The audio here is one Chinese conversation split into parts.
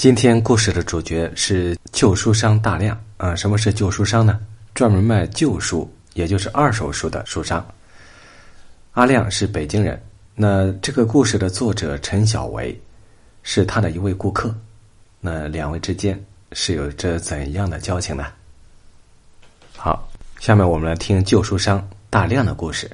今天故事的主角是旧书商大亮什么是旧书商呢？专门卖旧书，也就是二手书的书商。阿亮是北京人，那这个故事的作者陈小维是他的一位顾客，那两位之间是有着怎样的交情呢？好，下面我们来听旧书商大亮的故事。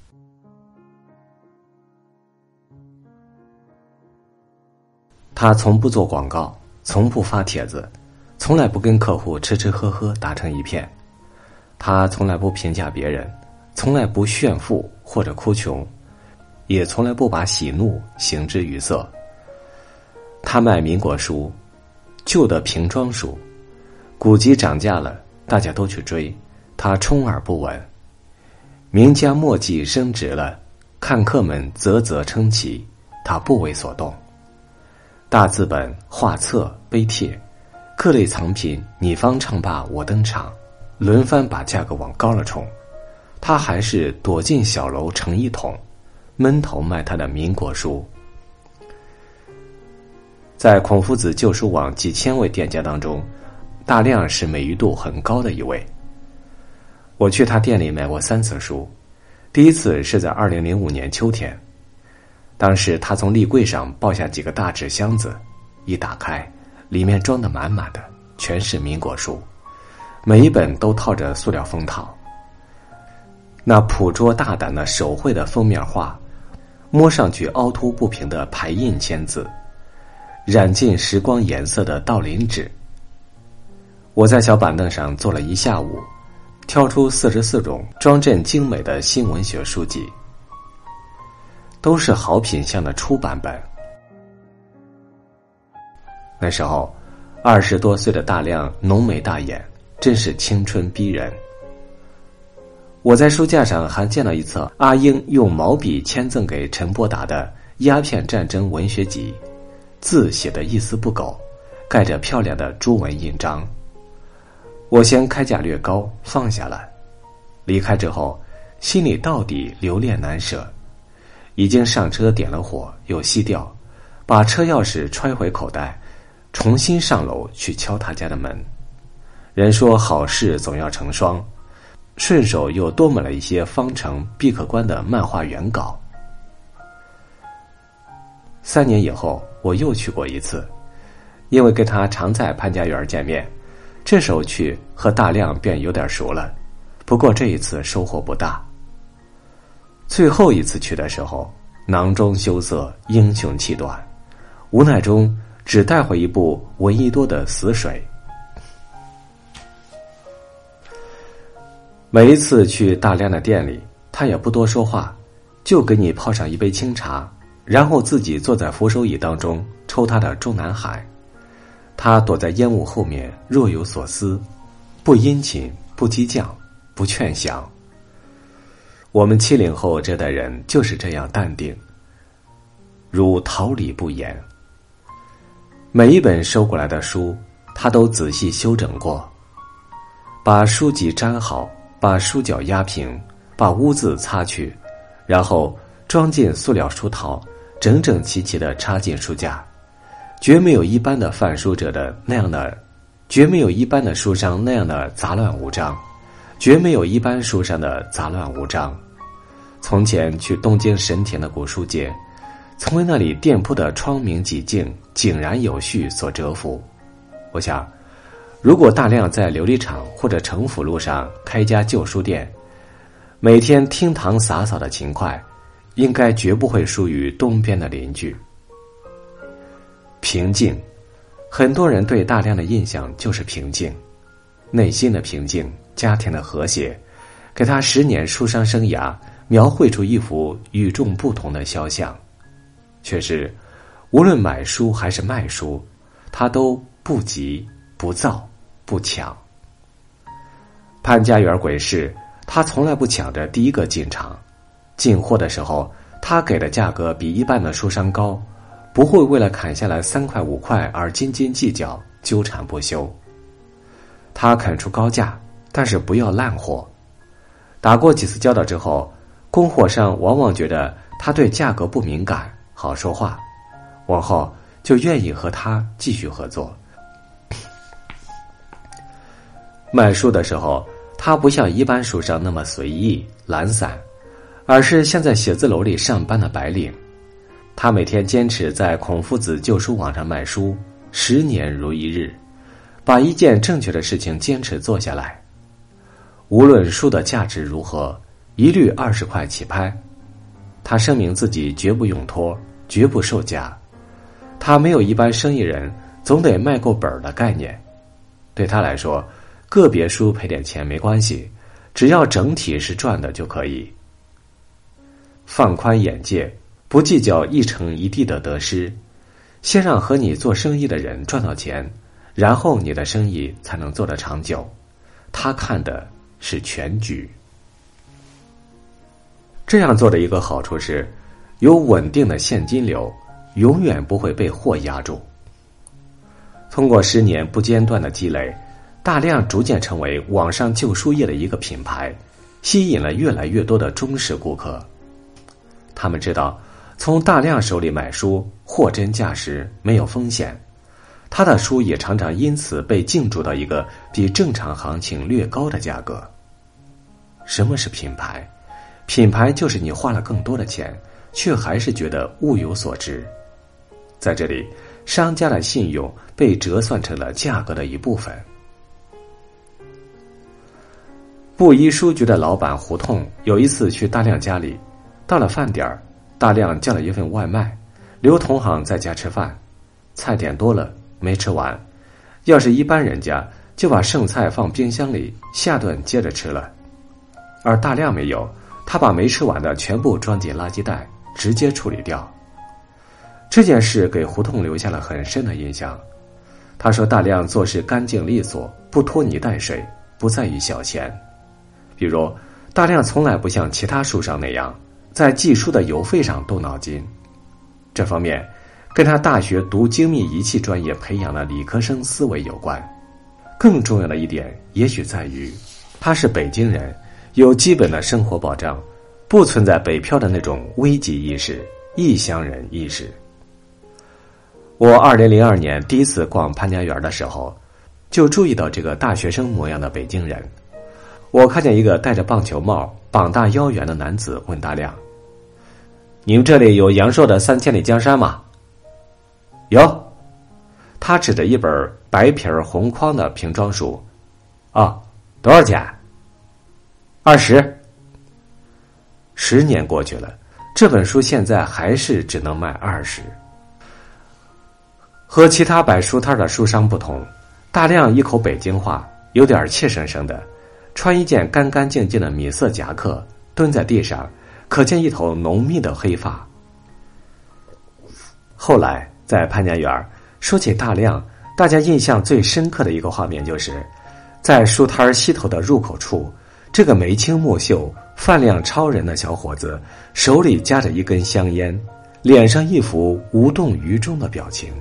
他从不做广告，从不发帖子，从来不跟客户吃吃喝喝打成一片。他从来不评价别人，从来不炫富或者哭穷，也从来不把喜怒形之于色。他卖民国书，旧的瓶装书，古籍涨价了，大家都去追，他充耳不闻。名家墨迹升值了，看客们啧啧称奇，他不为所动。大字本、画册、碑帖，各类藏品，你方唱罢我登场，轮番把价格往高了冲，他还是躲进小楼成一统，闷头卖他的民国书。在孔夫子旧书网几千位店家当中，大亮是美誉度很高的一位。我去他店里买过3次书，第一次是在2005年秋天。当时他从立柜上抱下几个大纸箱子，一打开，里面装得满满的，全是民国书，每一本都套着塑料封套。那朴拙大胆的手绘的封面画，摸上去凹凸不平的排印签字，染尽时光颜色的道林纸。我在小板凳上坐了一下午，挑出44种装帧精美的新文学书籍，都是好品相的初版本。那时候20多岁的大亮浓眉大眼，真是青春逼人。我在书架上还见到一册阿英用毛笔签赠给陈伯达的鸦片战争文学集，字写得一丝不苟，盖着漂亮的朱文印章。我嫌开价略高，放下了。离开之后，心里到底留恋难舍。已经上车点了火，又熄掉，把车钥匙揣回口袋，重新上楼去敲他家的门。人说好事总要成双，顺手又多买了一些方程必可观的漫画原稿。3年以后，我又去过一次，因为跟他常在潘家园见面，这时候去和大亮便有点熟了，不过这一次收获不大。最后一次去的时候，囊中羞涩，英雄气短，无奈中只带回一部闻一多的死水。每一次去大亮的店里，他也不多说话，就给你泡上一杯清茶，然后自己坐在扶手椅当中抽他的中南海。他躲在烟雾后面若有所思，不殷勤，不激将，不劝降。我们70后这代人就是这样淡定，如桃李不言。每一本收过来的书，他都仔细修整过，把书籍粘好，把书角压平，把污渍擦去，然后装进塑料书套，整整齐齐地插进书架，绝没有一般的贩书者的那样的，绝没有一般的书商那样的杂乱无章，绝没有一般书商的杂乱无章。从前去东京神田的古书街，曾为那里店铺的窗明几净、井然有序所折服。我想，如果大亮在琉璃厂或者城府路上开家旧书店，每天厅堂洒扫的勤快，应该绝不会输于东边的邻居。平静，很多人对大亮的印象就是平静，内心的平静，家庭的和谐，给他10年书商生涯描绘出一幅与众不同的肖像。却是无论买书还是卖书，他都不急不躁不抢。潘家园鬼市，他从来不抢着第一个进场，进货的时候他给的价格比一般的书商高，不会为了砍下来3块5块而斤斤计较，纠缠不休。他肯出高价，但是不要烂货。打过几次交道之后，供货商往往觉得他对价格不敏感，好说话，往后就愿意和他继续合作。卖书的时候，他不像一般书商那么随意懒散，而是像在写字楼里上班的白领。他每天坚持在孔夫子旧书网上卖书，10年如一日，把一件正确的事情坚持做下来。无论书的价值如何，一律20块起拍。他声明自己绝不用托，绝不售价。他没有一般生意人总得卖够本的概念。对他来说，个别书赔点钱没关系，只要整体是赚的就可以。放宽眼界，不计较一城一地的得失，先让和你做生意的人赚到钱，然后你的生意才能做得长久。他看的是全局。这样做的一个好处是，有稳定的现金流，永远不会被货压住。通过10年不间断的积累，大量逐渐成为网上旧书业的一个品牌，吸引了越来越多的忠实顾客。他们知道，从大量手里买书，货真价实，没有风险。他的书也常常因此被竞逐到一个比正常行情略高的价格。什么是品牌？品牌就是你花了更多的钱，却还是觉得物有所值。在这里，商家的信用被折算成了价格的一部分。布衣书局的老板胡同有一次去大亮家里，到了饭点，大亮叫了一份外卖，留同行在家吃饭，菜点多了没吃完，要是一般人家就把剩菜放冰箱里，下顿接着吃了。而大亮没有，他把没吃完的全部装进垃圾袋，直接处理掉。这件事给胡同留下了很深的印象。他说大亮做事干净利索，不拖泥带水，不在意小钱。比如大亮从来不像其他书商那样在寄书的邮费上动脑筋，这方面跟他大学读精密仪器专业培养的理科生思维有关。更重要的一点也许在于，他是北京人，有基本的生活保障，不存在北漂的那种危机意识、异乡人意识。我2002年第一次逛潘家园的时候，就注意到这个大学生模样的北京人。我看见一个戴着棒球帽、膀大腰圆的男子问大亮：“你们这里有杨朔的《三千里江山》吗？”“有。”他指着一本白皮红框的瓶装书。“哦，多少钱？”“20。”10年过去了，这本书现在还是只能卖20。和其他摆书摊的书商不同，大亮一口北京话，有点怯生生的，穿一件干干净净的米色夹克，蹲在地上，可见一头浓密的黑发。后来在潘家园说起大亮，大家印象最深刻的一个画面就是，在书摊西头的入口处，这个眉清目秀、饭量超人的小伙子手里夹着一根香烟，脸上一副无动于衷的表情。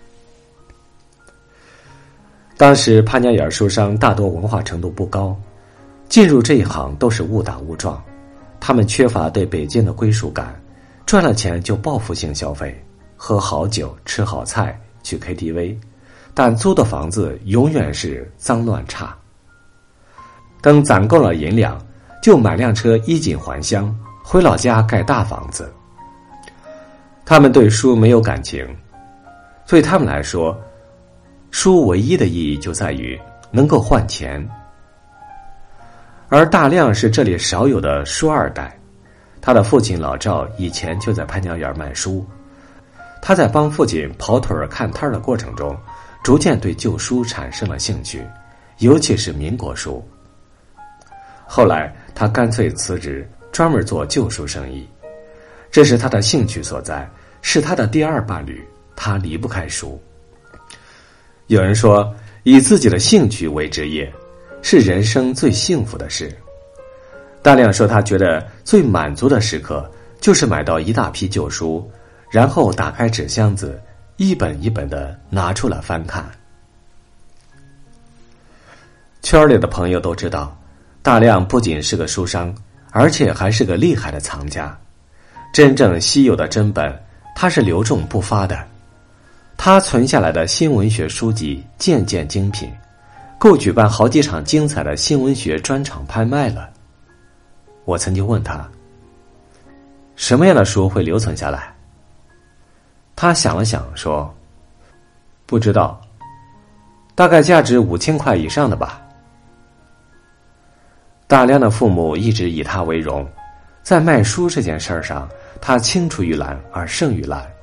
当时潘家园书商大多文化程度不高，进入这一行都是误打误撞，他们缺乏对北京的归属感，赚了钱就报复性消费，喝好酒、吃好菜、去 KTV， 但租的房子永远是脏乱差。等攒够了银两，就买辆车衣锦还乡，回老家盖大房子。他们对书没有感情，对他们来说，书唯一的意义就在于能够换钱。而大亮是这里少有的书二代，他的父亲老赵以前就在潘家园卖书，他在帮父亲跑腿看摊的过程中，逐渐对旧书产生了兴趣，尤其是民国书。后来他干脆辞职，专门做旧书生意，这是他的兴趣所在，是他的第二伴侣，他离不开书。有人说，以自己的兴趣为职业，是人生最幸福的事。大亮说他觉得最满足的时刻，就是买到一大批旧书，然后打开纸箱子，一本一本的拿出来翻看。圈里的朋友都知道，大亮不仅是个书商，而且还是个厉害的藏家。真正稀有的珍本，他是留种不发的。 他存下来的新文学书籍件件精品，够举办好几场精彩的新文学专场拍卖了。我曾经问他，什么样的书会留存下来？他想了想说，不知道，大概价值5000块以上的吧。大亮的父母一直以他为荣，在卖书这件事上，他青出于蓝而胜于蓝。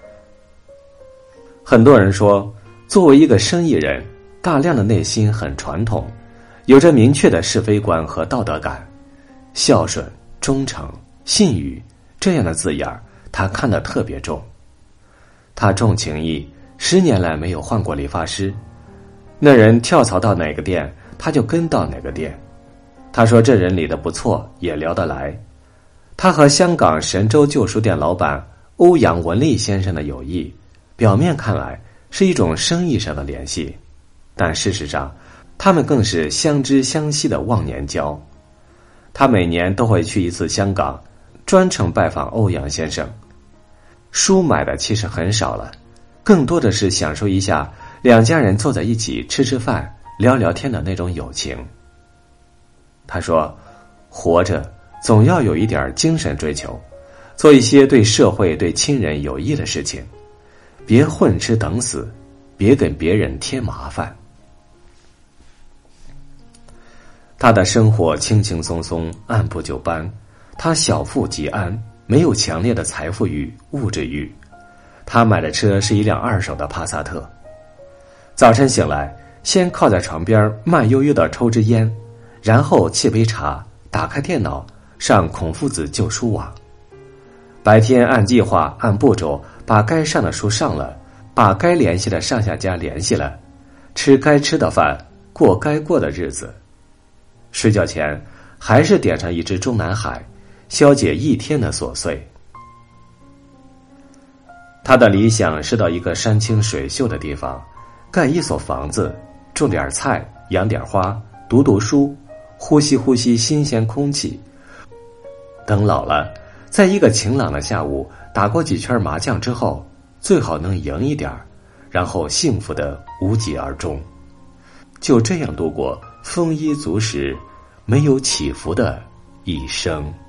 很多人说，作为一个生意人，大亮的内心很传统，有着明确的是非观和道德感，孝顺、忠诚、信誉这样的字眼他看得特别重。他重情义，10年来没有换过理发师，那人跳槽到哪个店他就跟到哪个店。他说这人理得不错，也聊得来。他和香港神州旧书店老板欧阳文丽先生的友谊，表面看来是一种生意上的联系，但事实上他们更是相知相惜的忘年交。他每年都会去一次香港，专程拜访欧阳先生。书买的其实很少了，更多的是享受一下两家人坐在一起吃吃饭、聊聊天的那种友情。他说，活着总要有一点精神追求，做一些对社会、对亲人有益的事情，别混吃等死，别给别人添麻烦。他的生活轻轻松松，按部就班，他小富即安，没有强烈的财富欲、物质欲。他买的车是一辆2手的帕萨特。早晨醒来，先靠在床边慢悠悠地抽支烟，然后沏杯茶，打开电脑，上孔夫子旧书网。白天按计划、按步骤把该上的书上了，把该联系的上下家联系了，吃该吃的饭，过该过的日子。睡觉前还是点上一支中南海，消解一天的琐碎。他的理想是到一个山清水秀的地方，盖一所房子，种点菜，养点花，读读书，呼吸呼吸新鲜空气。等老了，在一个晴朗的下午打过几圈麻将之后，最好能赢一点，然后幸福的无疾而终。就这样度过丰衣足食、没有起伏的一生。